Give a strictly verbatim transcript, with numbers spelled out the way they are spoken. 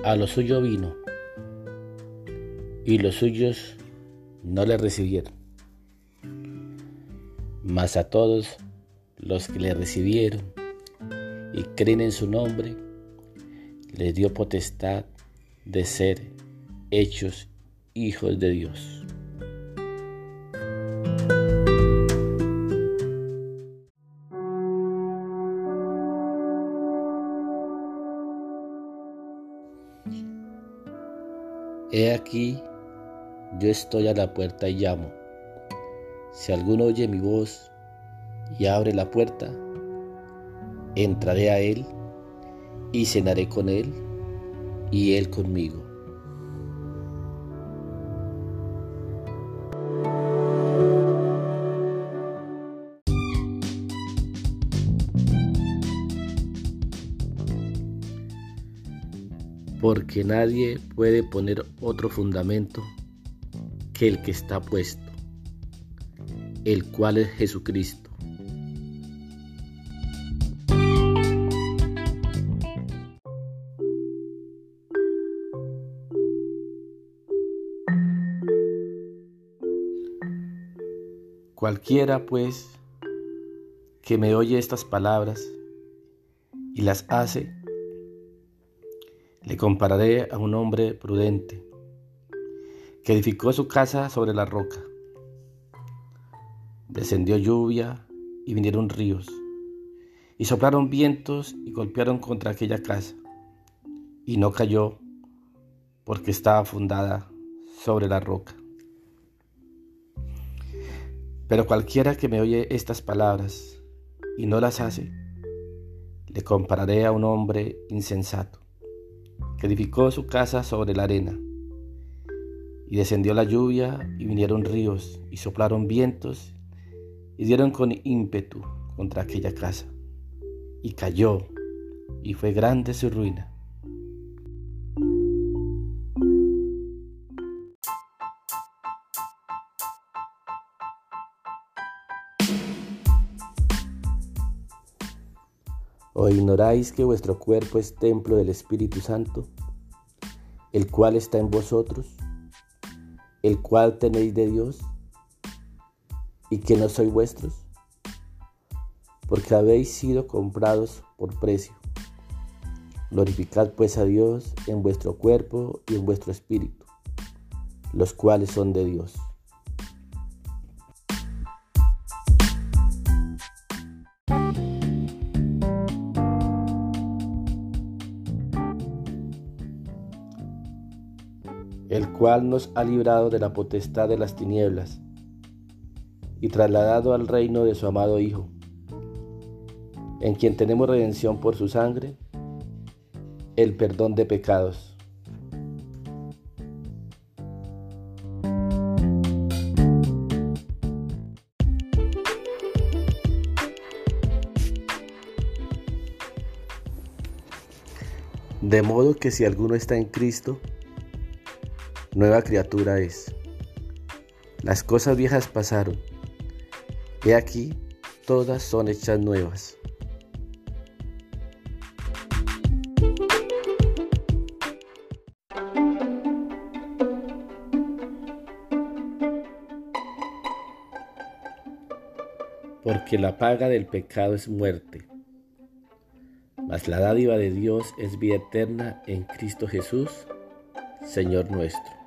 A lo suyo vino, y los suyos no le recibieron. Mas a todos los que le recibieron y creen en su nombre, les dio potestad de ser hechos hijos de Dios. He aquí, yo estoy a la puerta y llamo. Si alguno oye mi voz y abre la puerta, entraré a él y cenaré con él y él conmigo. Porque nadie puede poner otro fundamento que el que está puesto, el cual es Jesucristo. Cualquiera, pues, que me oye estas palabras y las hace, le compararé a un hombre prudente que edificó su casa sobre la roca. Descendió lluvia y vinieron ríos, y soplaron vientos y golpearon contra aquella casa, y no cayó porque estaba fundada sobre la roca. Pero cualquiera que me oye estas palabras y no las hace, le compararé a un hombre insensato que edificó su casa sobre la arena. Y descendió la lluvia, y vinieron ríos, y soplaron vientos, y dieron con ímpetu contra aquella casa. Y cayó, y fue grande su ruina. ¿O ignoráis que vuestro cuerpo es templo del Espíritu Santo, el cual está en vosotros, el cual tenéis de Dios, y que no sois vuestros? Porque habéis sido comprados por precio. Glorificad pues a Dios en vuestro cuerpo y en vuestro espíritu, los cuales son de Dios. El cual nos ha librado de la potestad de las tinieblas y trasladado al reino de su amado Hijo, en quien tenemos redención por su sangre, el perdón de pecados. De modo que si alguno está en Cristo, nueva criatura es. Las cosas viejas pasaron, he aquí, todas son hechas nuevas. Porque la paga del pecado es muerte, mas la dádiva de Dios es vida eterna en Cristo Jesús, Señor nuestro.